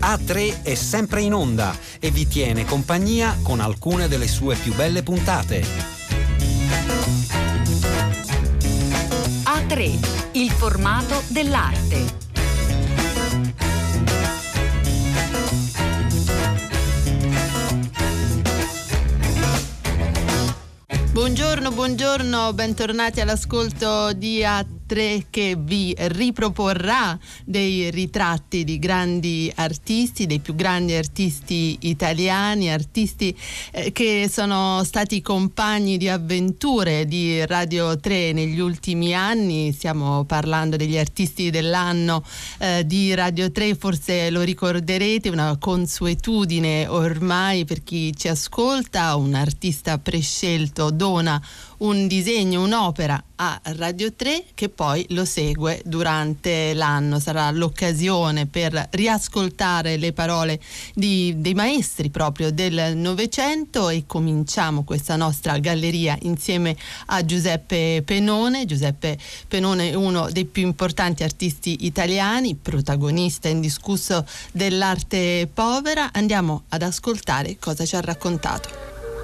A3 è sempre in onda e vi tiene compagnia con alcune delle sue più belle puntate. A3, il formato dell'arte. Buongiorno, bentornati all'ascolto di A3 che vi riproporrà dei ritratti di grandi artisti, dei più grandi artisti italiani, artisti che sono stati compagni di avventure di Radio 3 negli ultimi anni. Stiamo parlando degli artisti dell'anno di Radio 3, forse lo ricorderete, una consuetudine ormai per chi ci ascolta. Un artista prescelto dona un disegno, un'opera a Radio 3 che poi lo segue durante l'anno. Sarà l'occasione per riascoltare le parole dei maestri proprio del Novecento e cominciamo questa nostra galleria insieme a Giuseppe Penone. Giuseppe Penone è uno dei più importanti artisti italiani, protagonista indiscusso dell'arte povera. Andiamo ad ascoltare cosa ci ha raccontato.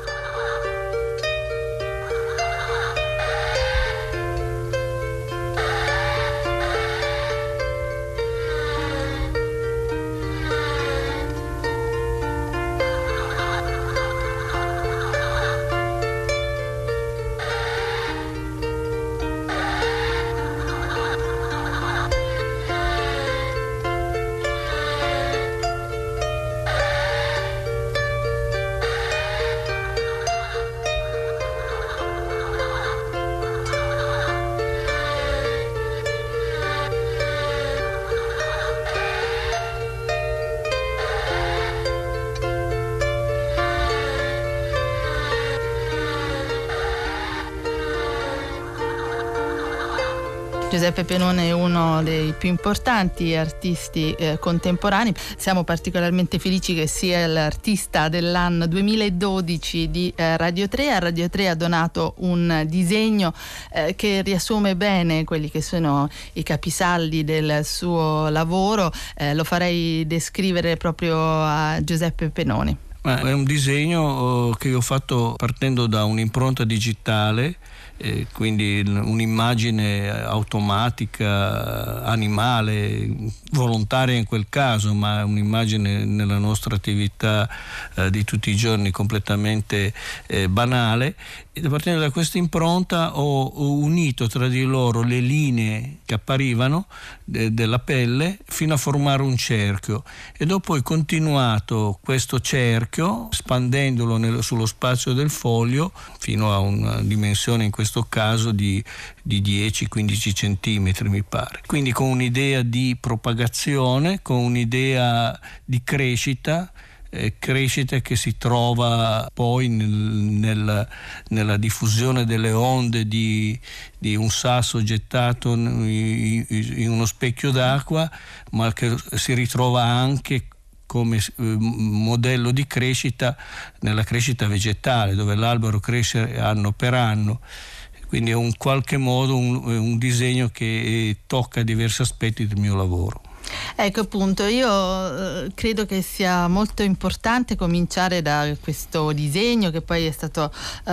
Giuseppe Penone è uno dei più importanti artisti contemporanei. Siamo particolarmente felici che sia l'artista dell'anno 2012 di Radio 3. A Radio 3 ha donato un disegno che riassume bene quelli che sono i capisaldi del suo lavoro. Lo farei descrivere proprio a Giuseppe Penone. È un disegno che ho fatto partendo da un'impronta digitale, quindi un'immagine automatica, animale, volontaria in quel caso, ma un'immagine nella nostra attività di tutti i giorni completamente banale. E partendo da questa impronta ho unito tra di loro le linee che apparivano della pelle fino a formare un cerchio e dopo ho continuato questo cerchio spandendolo sullo spazio del foglio fino a una dimensione in questo caso di 10-15 centimetri mi pare, quindi con un'idea di propagazione, con un'idea di crescita che si trova poi nella diffusione delle onde di un sasso gettato in uno specchio d'acqua, ma che si ritrova anche come modello di crescita nella crescita vegetale, dove l'albero cresce anno per anno. Quindi è in qualche modo un disegno che tocca diversi aspetti del mio lavoro. Ecco, appunto, io credo che sia molto importante cominciare da questo disegno che poi è stato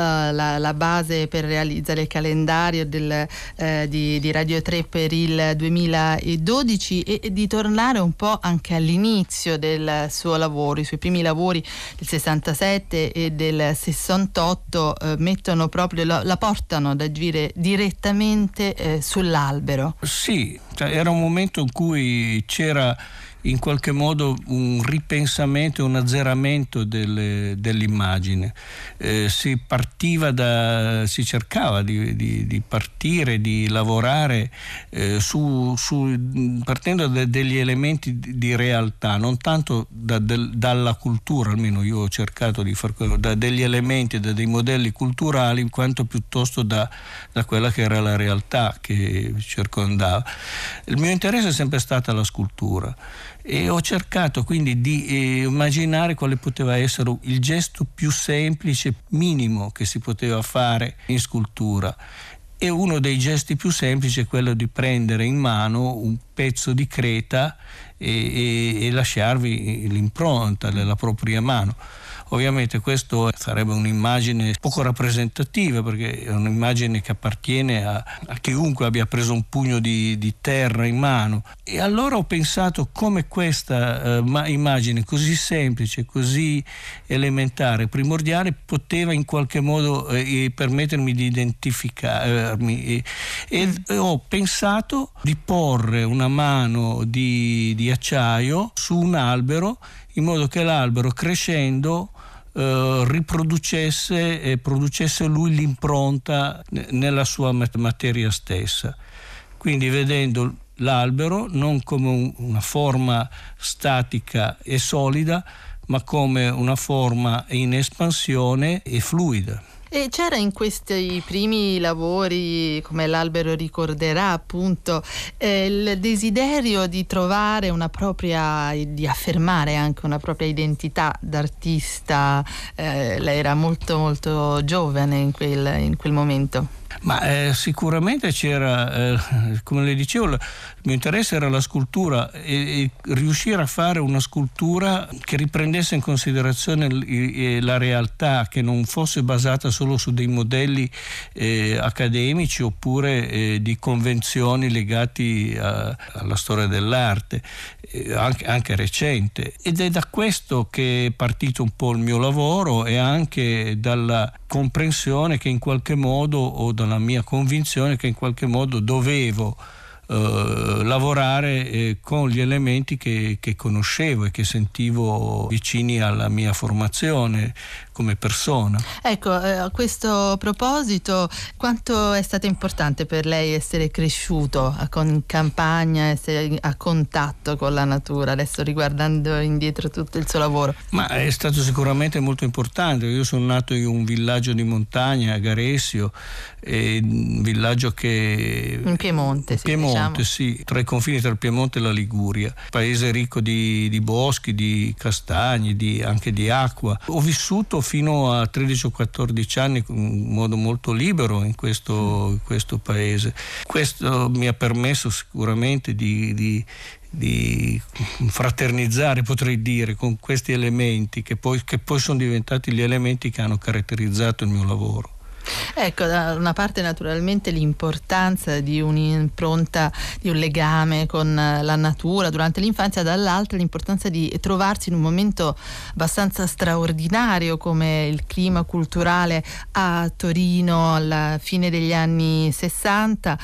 la base per realizzare il calendario di Radio 3 per il 2012 e di tornare un po' anche all'inizio del suo lavoro. I suoi primi lavori del 67 e del 68 mettono proprio la portano ad agire direttamente sull'albero. Sì, era un momento in cui c'era in qualche modo un ripensamento, un azzeramento dell'immagine. Si cercava di partire, di lavorare partendo degli elementi di realtà, non tanto dalla cultura, almeno io ho cercato di far quello, da degli elementi, da dei modelli culturali, quanto piuttosto da quella che era la realtà che circondava. Il mio interesse è sempre stata la scultura. E ho cercato quindi di immaginare quale poteva essere il gesto più semplice, minimo che si poteva fare in scultura. E uno dei gesti più semplici è quello di prendere in mano un pezzo di creta e lasciarvi l'impronta della propria mano. Ovviamente questo sarebbe un'immagine poco rappresentativa, perché è un'immagine che appartiene a chiunque abbia preso un pugno di terra in mano. E allora ho pensato come questa immagine così semplice, così elementare, primordiale, poteva in qualche modo permettermi di identificarmi. E ho pensato di porre una mano di acciaio su un albero, in modo che l'albero, crescendo, riproducesse e producesse lui l'impronta nella sua materia stessa. Quindi vedendo l'albero non come una forma statica e solida, ma come una forma in espansione e fluida. E c'era in questi primi lavori, come l'albero ricorderà, appunto, il desiderio di trovare una propria, di affermare anche una propria identità d'artista. Lei era molto molto giovane in quel momento. Ma sicuramente c'era, come le dicevo, il mio interesse era la scultura e riuscire a fare una scultura che riprendesse in considerazione la realtà, che non fosse basata solo su dei modelli accademici oppure di convenzioni legati alla storia dell'arte, anche recente. Ed è da questo che è partito un po' il mio lavoro, e anche dalla comprensione che in qualche modo, o dalla mia convinzione che in qualche modo dovevo lavorare con gli elementi che conoscevo e che sentivo vicini alla mia formazione come persona. Ecco, a questo proposito, quanto è stato importante per lei essere cresciuto in campagna, essere a contatto con la natura, adesso riguardando indietro tutto il suo lavoro? Ma è stato sicuramente molto importante. Io sono nato in un villaggio di montagna, a Garessio, un villaggio che... In Piemonte, diciamo. Sì, tra i confini tra il Piemonte e la Liguria, paese ricco di boschi, di castagni, anche di acqua. Ho vissuto fino a 13 o 14 anni in modo molto libero in questo paese. Questo mi ha permesso sicuramente di fraternizzare, potrei dire, con questi elementi che poi sono diventati gli elementi che hanno caratterizzato il mio lavoro. Ecco, da una parte naturalmente l'importanza di un'impronta, di un legame con la natura durante l'infanzia, dall'altra l'importanza di trovarsi in un momento abbastanza straordinario come il clima culturale a Torino alla fine degli anni 60,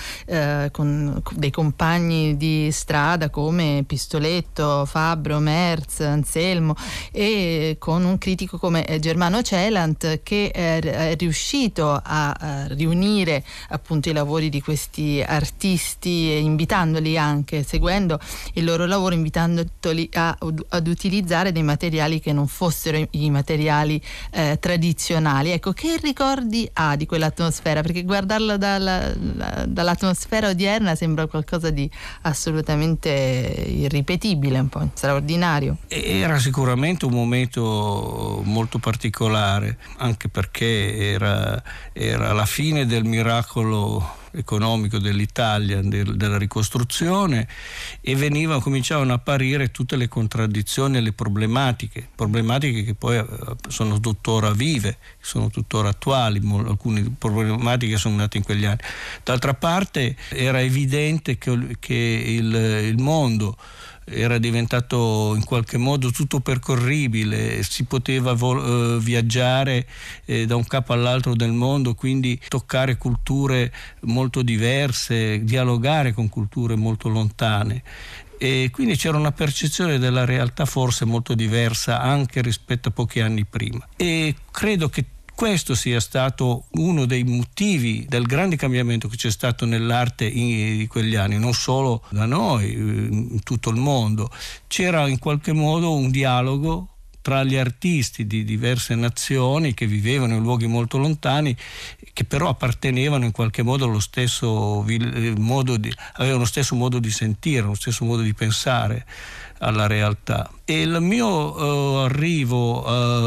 con dei compagni di strada come Pistoletto, Fabbro, Merz, Anselmo, e con un critico come Germano Celant, che è riuscito a riunire appunto i lavori di questi artisti, e invitandoli anche, seguendo il loro lavoro, invitandoli ad utilizzare dei materiali che non fossero i materiali tradizionali. Ecco, che ricordi ha di quell'atmosfera? Perché guardarlo dall'atmosfera odierna sembra qualcosa di assolutamente irripetibile, un po' straordinario. Era sicuramente un momento molto particolare, anche perché era la fine del miracolo economico dell'Italia, della ricostruzione, e cominciavano a apparire tutte le contraddizioni e le problematiche che poi sono tuttora vive, sono tuttora attuali. Alcune problematiche sono nate in quegli anni. D'altra parte era evidente che il mondo era diventato in qualche modo tutto percorribile, si poteva viaggiare da un capo all'altro del mondo, quindi toccare culture molto diverse, dialogare con culture molto lontane, e quindi c'era una percezione della realtà forse molto diversa anche rispetto a pochi anni prima, e credo che questo sia stato uno dei motivi del grande cambiamento che c'è stato nell'arte in quegli anni, non solo da noi, in tutto il mondo. C'era in qualche modo un dialogo tra gli artisti di diverse nazioni che vivevano in luoghi molto lontani, che però appartenevano in qualche modo allo stesso avevano lo stesso modo di sentire, lo stesso modo di pensare alla realtà. E il mio arrivo,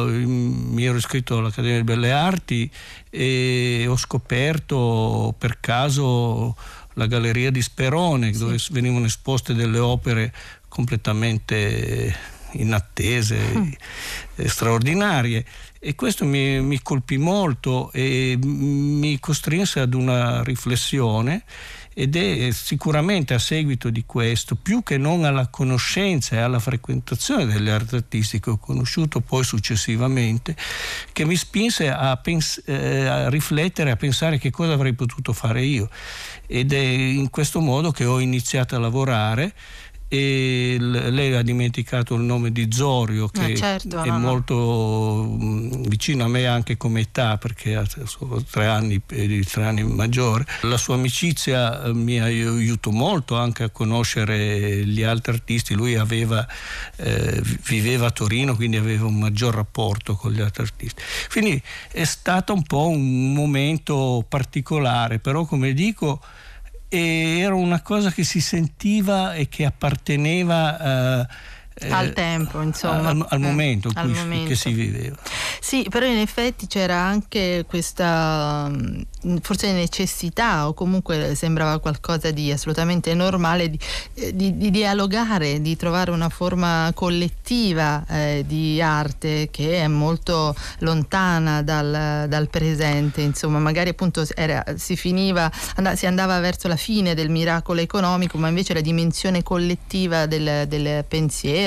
mi ero iscritto all'Accademia di Belle Arti e ho scoperto per caso la Galleria di Sperone, dove venivano esposte delle opere completamente inattese, straordinarie, e questo mi colpì molto e mi costrinse ad una riflessione, ed è sicuramente a seguito di questo, più che non alla conoscenza e alla frequentazione delle arti artistiche che ho conosciuto poi successivamente, che mi spinse a riflettere, a pensare che cosa avrei potuto fare io, ed è in questo modo che ho iniziato a lavorare. E lei ha dimenticato il nome di Zorio, che è molto vicino a me anche come età, perché ha 3 anni maggiore. La sua amicizia mi aiutò molto anche a conoscere gli altri artisti. Lui viveva a Torino, quindi aveva un maggior rapporto con gli altri artisti. Quindi è stato un po' un momento particolare, però come dico, e era una cosa che si sentiva e che apparteneva al tempo, insomma, al momento che si viveva. Sì, però in effetti c'era anche questa forse necessità, o comunque sembrava qualcosa di assolutamente normale, di dialogare, di trovare una forma collettiva di arte che è molto lontana dal presente. Insomma, magari appunto si andava verso la fine del miracolo economico, ma invece la dimensione collettiva del pensiero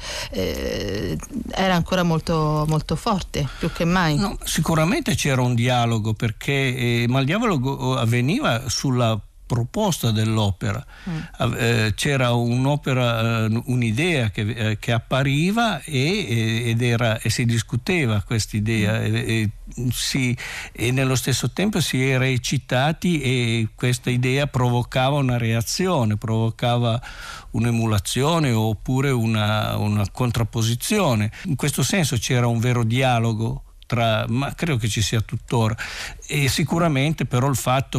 era ancora molto, molto forte, più che mai. No, sicuramente c'era un dialogo, perché ma il dialogo avveniva sulla proposta dell'opera. C'era un'opera, un'idea che appariva e si discuteva questa idea e nello stesso tempo si era eccitati, e questa idea provocava una reazione, provocava un'emulazione oppure una contrapposizione. In questo senso c'era un vero dialogo ma credo che ci sia tuttora, e sicuramente però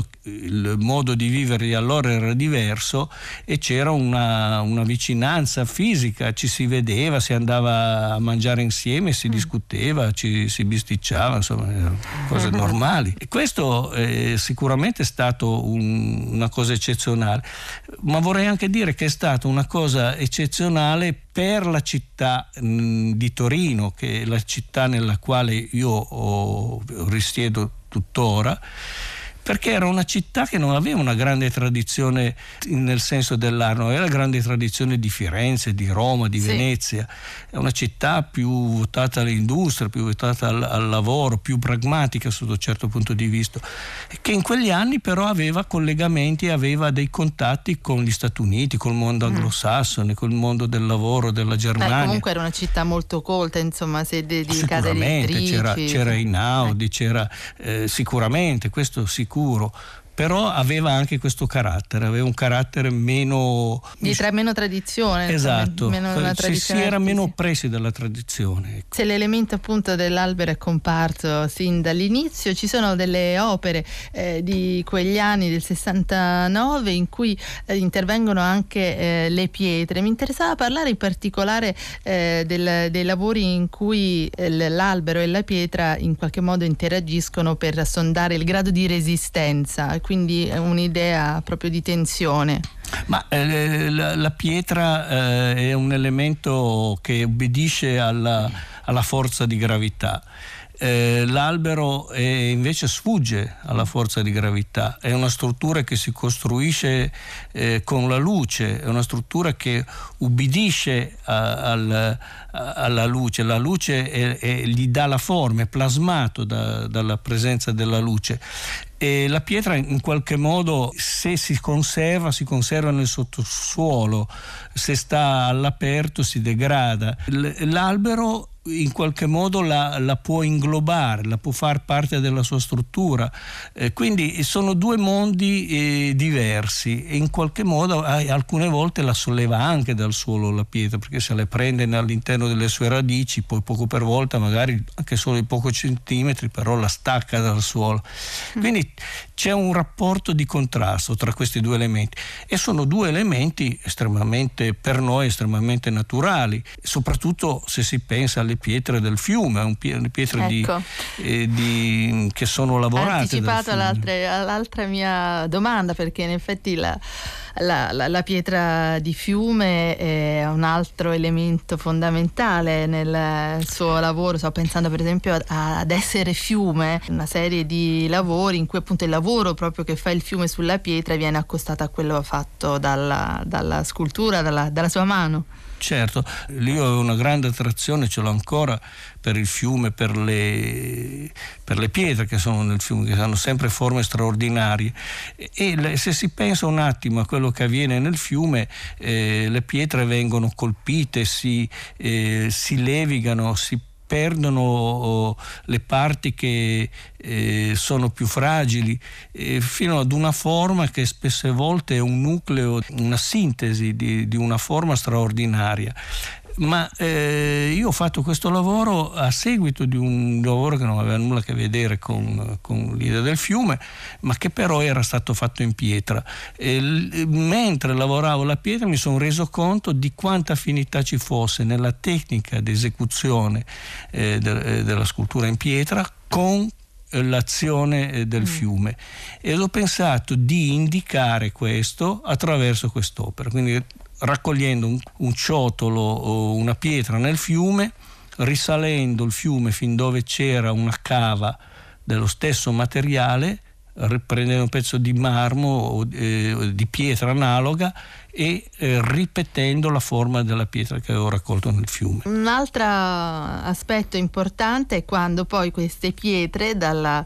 il modo di vivere di allora era diverso e c'era una vicinanza fisica, ci si vedeva, si andava a mangiare insieme, si discuteva, si bisticciava, insomma, cose normali, e questo sicuramente è stato una cosa eccezionale, ma vorrei anche dire che è stata una cosa eccezionale per la città di Torino, che è la città nella quale io risiedo tuttora, perché era una città che non aveva una grande tradizione nel senso dell'arte, non aveva la grande tradizione di Firenze, di Roma, di Venezia. È una città più votata all'industria, più votata al lavoro, più pragmatica sotto un certo punto di vista, che in quegli anni però aveva collegamenti, aveva dei contatti con gli Stati Uniti, col mondo anglosassone, col mondo del lavoro della Germania. Comunque era una città molto colta, insomma, sede di case editrici. C'era Einaudi, c'era sicuramente, questo sicuro, però aveva anche questo carattere, aveva un carattere meno tradizione. Esatto, si era meno oppressi dalla tradizione. Se l'elemento appunto dell'albero è comparso sin dall'inizio, ci sono delle opere di quegli anni del 69 in cui intervengono anche le pietre. Mi interessava parlare in particolare dei lavori in cui l'albero e la pietra in qualche modo interagiscono per sondare il grado di resistenza, quindi è un'idea proprio di tensione. Ma la pietra è un elemento che obbedisce alla forza di gravità. L'albero invece sfugge alla forza di gravità, è una struttura che si costruisce con la luce, è una struttura che ubbidisce alla luce, la luce gli dà la forma, è plasmato dalla presenza della luce. E la pietra in qualche modo, se si conserva nel sottosuolo, se sta all'aperto si degrada. L'albero in qualche modo la può inglobare, la può far parte della sua struttura, quindi sono due mondi diversi, e in qualche modo alcune volte la solleva anche dal suolo la pietra, perché se la prende all'interno delle sue radici, poi poco per volta, magari anche solo di pochi centimetri, però la stacca dal suolo. Quindi quindi c'è un rapporto di contrasto tra questi due elementi, e sono due elementi estremamente, per noi, estremamente naturali, soprattutto se si pensa alle pietre del fiume, le pietre ecco. che sono lavorate. Ha anticipato all'altra mia domanda, perché in effetti la pietra di fiume è un altro elemento fondamentale nel suo lavoro. Sto pensando per esempio ad Essere fiume, una serie di lavori in cui appunto il lavoro proprio che fa il fiume sulla pietra viene accostato a quello fatto dalla scultura, dalla sua mano. Certo, io ho una grande attrazione, ce l'ho ancora, per il fiume, per le pietre che sono nel fiume, che hanno sempre forme straordinarie, e se si pensa un attimo a quello che avviene nel fiume, le pietre vengono colpite, si levigano, si perdono le parti che sono più fragili, fino ad una forma che spesse volte è un nucleo, una sintesi di una forma straordinaria. Ma io ho fatto questo lavoro a seguito di un lavoro che non aveva nulla a che vedere con l'idea del fiume, ma che però era stato fatto in pietra. Mentre lavoravo la pietra mi sono reso conto di quanta affinità ci fosse nella tecnica di esecuzione della scultura in pietra con l'azione del fiume, e ho pensato di indicare questo attraverso quest'opera, quindi raccogliendo un ciotolo o una pietra nel fiume, risalendo il fiume fin dove c'era una cava dello stesso materiale, prendendo un pezzo di marmo o di pietra analoga e ripetendo la forma della pietra che avevo raccolto nel fiume. Un altro aspetto importante è quando poi queste pietre dal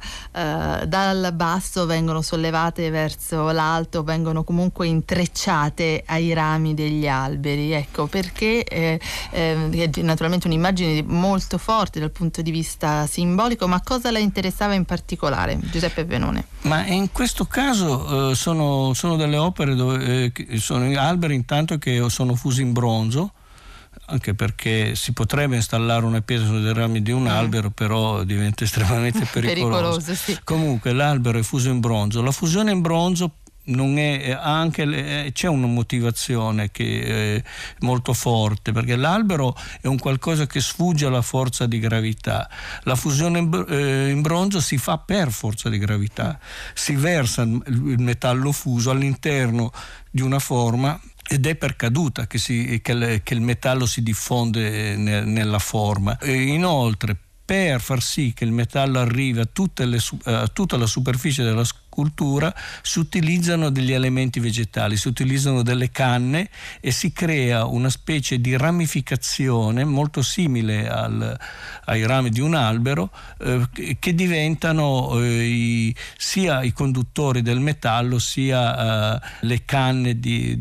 basso vengono sollevate verso l'alto, vengono comunque intrecciate ai rami degli alberi. Ecco, perché è naturalmente un'immagine molto forte dal punto di vista simbolico, ma cosa la interessava in particolare, Giuseppe Venone? Ma in questo caso sono delle opere dove sono alberi intanto che sono fusi in bronzo, anche perché si potrebbe installare una pietra su dei rami di un albero, però diventa estremamente pericoloso. Sì. Comunque l'albero è fuso in bronzo. La fusione in bronzo non è c'è una motivazione che è molto forte, perché l'albero è un qualcosa che sfugge alla forza di gravità. La fusione in bronzo si fa per forza di gravità, si versa il metallo fuso all'interno di una forma ed è per caduta che il metallo si diffonde nella forma. E inoltre, per far sì che il metallo arrivi a tutta la superficie della scultura, si utilizzano degli elementi vegetali, si utilizzano delle canne e si crea una specie di ramificazione molto simile ai rami di un albero, che diventano sia i conduttori del metallo sia le canne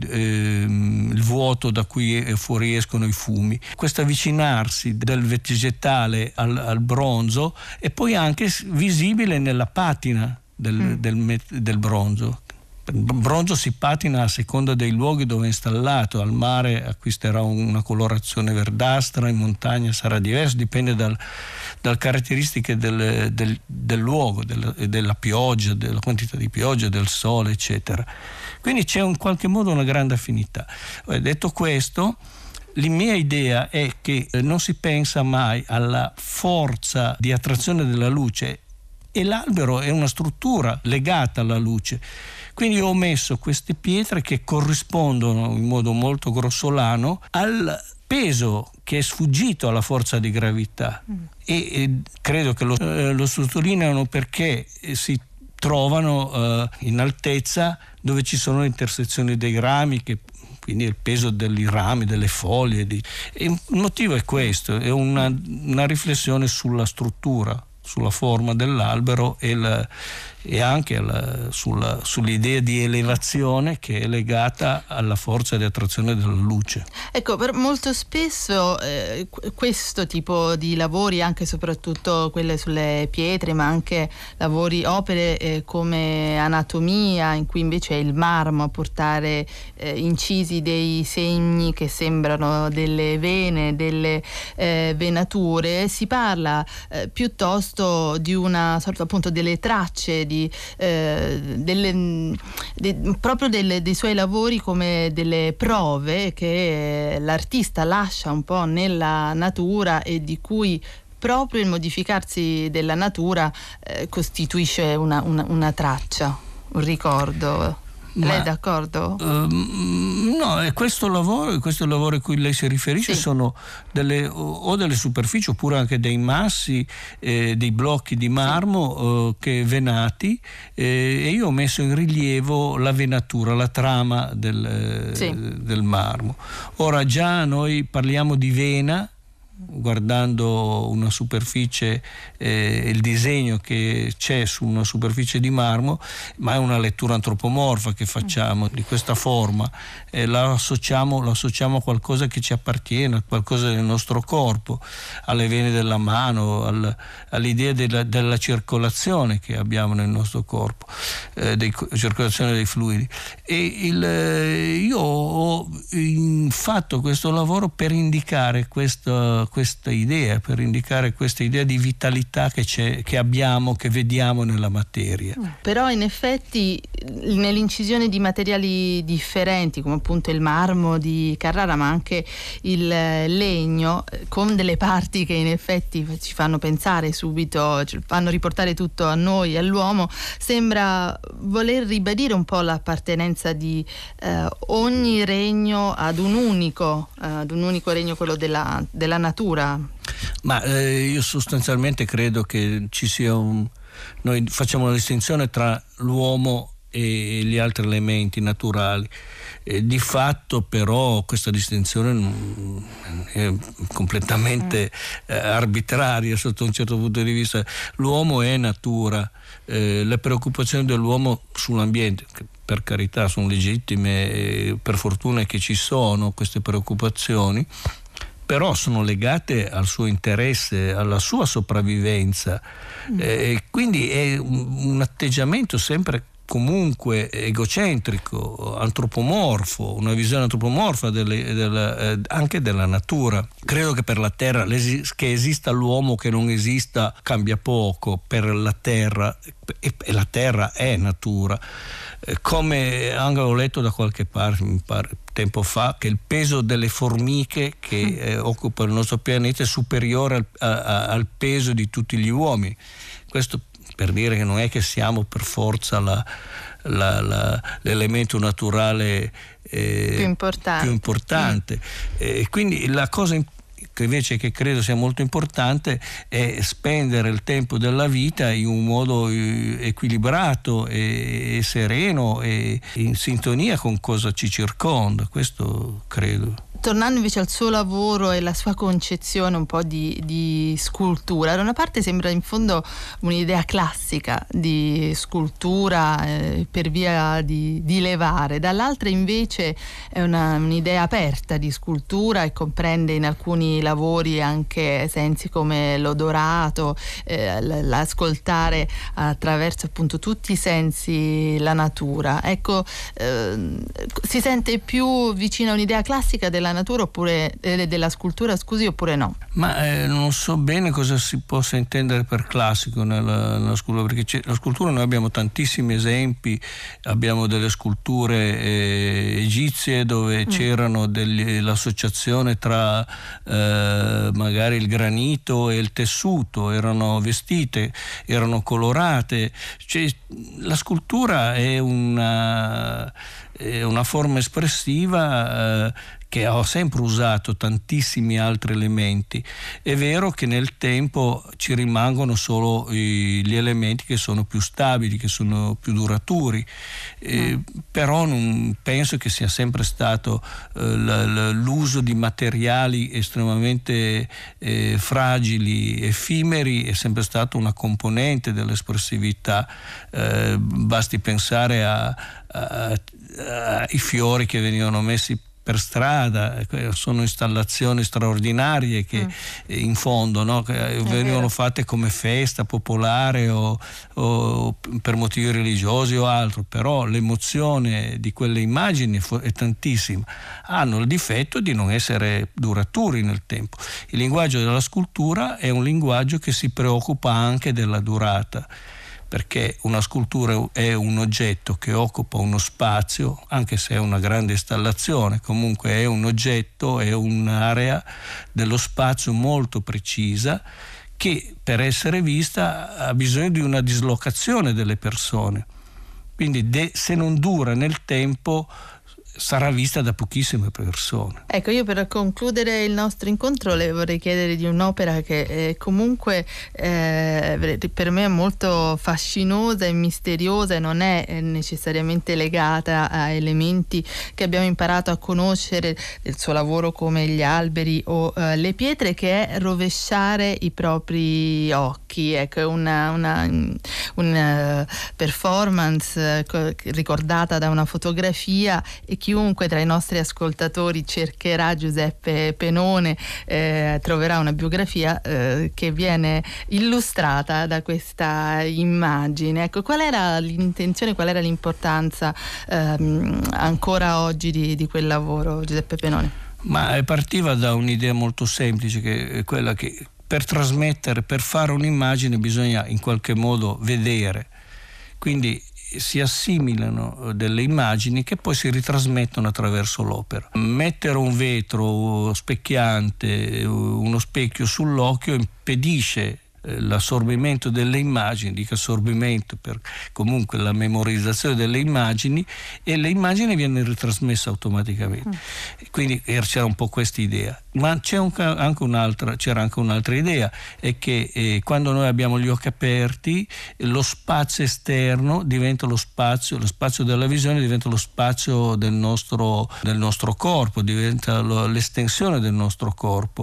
il vuoto da cui fuoriescono i fumi. Questo avvicinarsi del vegetale al bronzo è poi anche visibile nella patina del bronzo. Il bronzo si patina a seconda dei luoghi dove è installato. Al mare acquisterà una colorazione verdastra, in montagna sarà diverso, dipende dalle caratteristiche del luogo, della pioggia, della quantità di pioggia, del sole, eccetera. Quindi c'è in qualche modo una grande affinità. Detto questo, la mia idea è che non si pensa mai alla forza di attrazione della luce, e l'albero è una struttura legata alla luce. Quindi ho messo queste pietre che corrispondono in modo molto grossolano al peso che è sfuggito alla forza di gravità, e credo che lo sottolineano perché si trovano in altezza dove ci sono le intersezioni dei rami, quindi il peso dei rami, delle foglie. E il motivo è questo, è una riflessione sulla struttura, sulla forma dell'albero e anche sull'idea di elevazione che è legata alla forza di attrazione della luce. Ecco, molto spesso questo tipo di lavori, anche e soprattutto quelle sulle pietre, ma anche opere come Anatomia, in cui invece è il marmo a portare incisi dei segni che sembrano delle vene, delle venature, si parla piuttosto di una sorta appunto delle tracce proprio dei suoi lavori come delle prove che l'artista lascia un po' nella natura e di cui proprio il modificarsi della natura costituisce una traccia, un ricordo. Lei è d'accordo? No, questo lavoro a cui lei si riferisce sì. sono delle superfici oppure anche dei massi, dei blocchi di marmo che venati, e io ho messo in rilievo la venatura, la trama del marmo. Ora già noi parliamo di vena guardando una superficie, il disegno che c'è su una superficie di marmo, ma è una lettura antropomorfa che facciamo di questa forma, la associamo a qualcosa che ci appartiene, a qualcosa del nostro corpo, alle vene della mano, all'idea della circolazione che abbiamo nel nostro corpo, circolazione dei fluidi. E io ho fatto questo lavoro per indicare questa idea di vitalità che abbiamo, che vediamo nella materia. Però in effetti nell'incisione di materiali differenti, come appunto il marmo di Carrara, ma anche il legno, con delle parti che in effetti ci fanno pensare subito, ci fanno riportare tutto a noi, all'uomo, sembra voler ribadire un po' l'appartenenza di ogni regno ad un unico regno, quello della natura. Ma io sostanzialmente credo che ci sia noi facciamo una distinzione tra l'uomo e gli altri elementi naturali. Di fatto però questa distinzione è completamente arbitraria sotto un certo punto di vista. L'uomo è natura, le preoccupazioni dell'uomo sull'ambiente, che per carità sono legittime, per fortuna che ci sono queste preoccupazioni, però sono legate al suo interesse, alla sua sopravvivenza, quindi è un atteggiamento sempre comunque egocentrico, antropomorfo, una visione antropomorfa anche della natura. Credo che per la Terra che esista l'uomo, che non esista, cambia poco per la Terra, e la Terra è natura. Come anche ho letto da qualche parte, mi pare tempo fa, che il peso delle formiche che occupano il nostro pianeta è superiore al peso di tutti gli uomini. Questo per dire che non è che siamo per forza l'elemento naturale più importante. Quindi la cosa che invece che credo sia molto importante è spendere il tempo della vita in un modo equilibrato e sereno e in sintonia con cosa ci circonda. Questo credo. Tornando invece al suo lavoro e la sua concezione un po' di scultura, da una parte sembra in fondo un'idea classica di scultura per via di levare, dall'altra invece è un'idea aperta di scultura e comprende in alcuni lavori anche sensi come l'odorato, l'ascoltare attraverso appunto tutti i sensi la natura. Ecco, si sente più vicino a un'idea classica della natura oppure della scultura, scusi, oppure no? Ma non so bene cosa si possa intendere per classico nella scultura, perché la scultura noi abbiamo tantissimi esempi, abbiamo delle sculture egizie dove c'erano l'associazione tra magari il granito e il tessuto, erano vestite, erano colorate, cioè, la scultura è una forma espressiva che ha sempre usato tantissimi altri elementi. È vero che nel tempo ci rimangono solo gli elementi che sono più stabili, che sono più duraturi, però non penso che sia sempre stato l'uso di materiali estremamente fragili, effimeri, è sempre stato una componente dell'espressività. Basti pensare ai fiori che venivano messi per strada, sono installazioni straordinarie che in fondo, no, che venivano fatte come festa popolare o per motivi religiosi o altro, però l'emozione di quelle immagini è tantissima. Hanno il difetto di non essere duraturi nel tempo. Il linguaggio della scultura è un linguaggio che si preoccupa anche della durata, perché una scultura è un oggetto che occupa uno spazio, anche se è una grande installazione, comunque è un oggetto, è un'area dello spazio molto precisa che per essere vista ha bisogno di una dislocazione delle persone. Quindi se non dura nel tempo sarà vista da pochissime persone. Ecco, io per concludere il nostro incontro le vorrei chiedere di un'opera che comunque per me è molto fascinosa e misteriosa e non è necessariamente legata a elementi che abbiamo imparato a conoscere del suo lavoro come gli alberi o le pietre, che è rovesciare i propri occhi. Ecco, è una performance ricordata da una fotografia, e chiunque tra i nostri ascoltatori cercherà Giuseppe Penone troverà una biografia che viene illustrata da questa immagine. Ecco, qual era l'intenzione, qual era l'importanza ancora oggi di quel lavoro, Giuseppe Penone? Ma partiva da un'idea molto semplice, che è quella che per trasmettere, per fare un'immagine bisogna in qualche modo vedere, quindi si assimilano delle immagini che poi si ritrasmettono attraverso l'opera. Mettere un vetro specchiante, uno specchio sull'occhio impedisce l'assorbimento delle immagini, dico assorbimento per comunque la memorizzazione delle immagini, e le immagini viene ritrasmessa automaticamente. Quindi c'era un po' questa idea, ma c'era anche un'altra idea, è che quando noi abbiamo gli occhi aperti lo spazio esterno diventa lo spazio della visione diventa lo spazio del nostro corpo, diventa l'estensione del nostro corpo,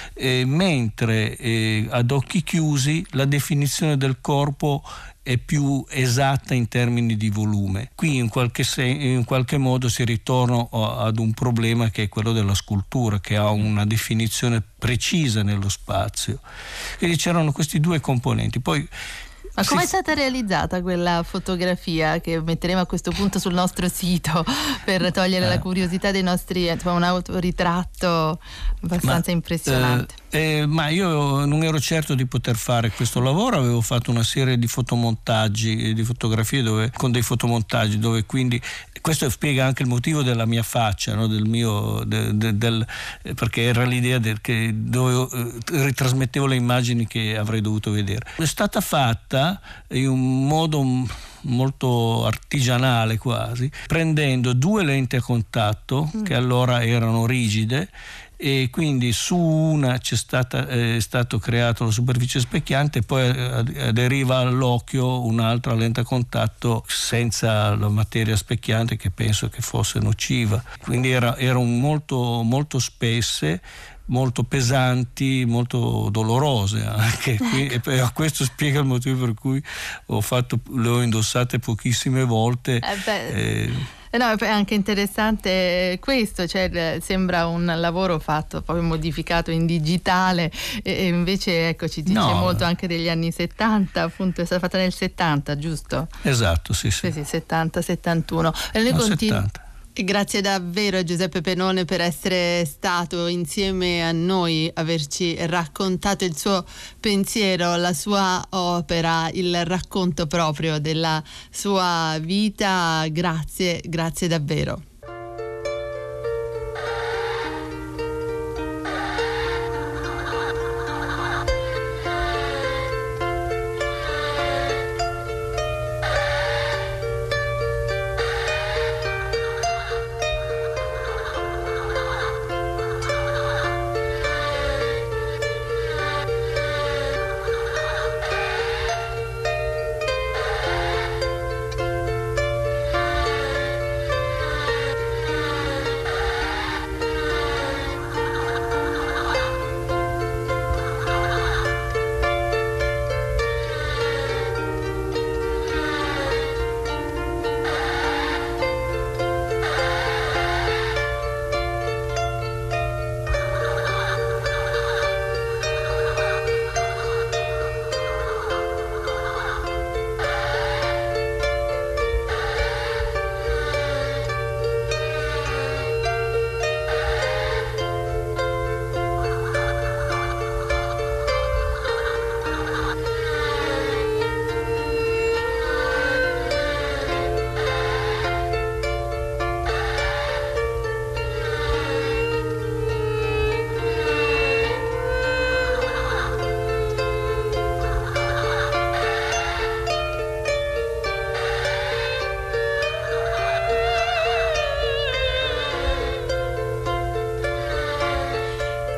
mentre ad occhi chiusi la definizione del corpo è più esatta in termini di volume. Qui in qualche modo si ritorna ad un problema che è quello della scultura, che ha una definizione precisa nello spazio. Quindi c'erano questi due componenti. Poi ma come è stata realizzata quella fotografia che metteremo a questo punto sul nostro sito per togliere la curiosità dei nostri, un autoritratto abbastanza impressionante? Ma io non ero certo di poter fare questo lavoro, avevo fatto una serie di fotomontaggi, di fotografie con dei fotomontaggi, dove quindi questo spiega anche il motivo della mia faccia, no? Perché era l'idea dove ritrasmettevo le immagini che avrei dovuto vedere. È stata fatta in un modo molto artigianale quasi, prendendo due lenti a contatto che allora erano rigide, e quindi su una è stato creato la superficie specchiante, poi aderiva all'occhio un'altra lente a contatto senza la materia specchiante, che penso che fosse nociva. Quindi erano molto, molto spesse, molto pesanti, molto dolorose anche. E questo spiega il motivo per cui le ho indossate pochissime volte. No, è anche interessante questo, cioè sembra un lavoro fatto, poi modificato in digitale, e invece ecco ci dice molto anche degli anni 70, appunto è stata fatta nel 70, giusto? Esatto, sì. Sì, 70-71. E noi 70. Grazie davvero a Giuseppe Penone per essere stato insieme a noi, averci raccontato il suo pensiero, la sua opera, il racconto proprio della sua vita. Grazie davvero.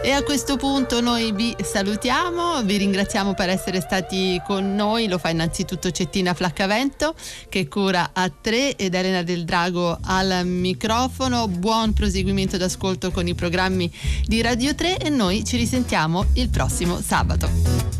E a questo punto noi vi salutiamo, vi ringraziamo per essere stati con noi. Lo fa innanzitutto Cettina Flaccavento che cura a 3 ed Elena Del Drago al microfono. Buon proseguimento d'ascolto con i programmi di Radio 3 e noi ci risentiamo il prossimo sabato.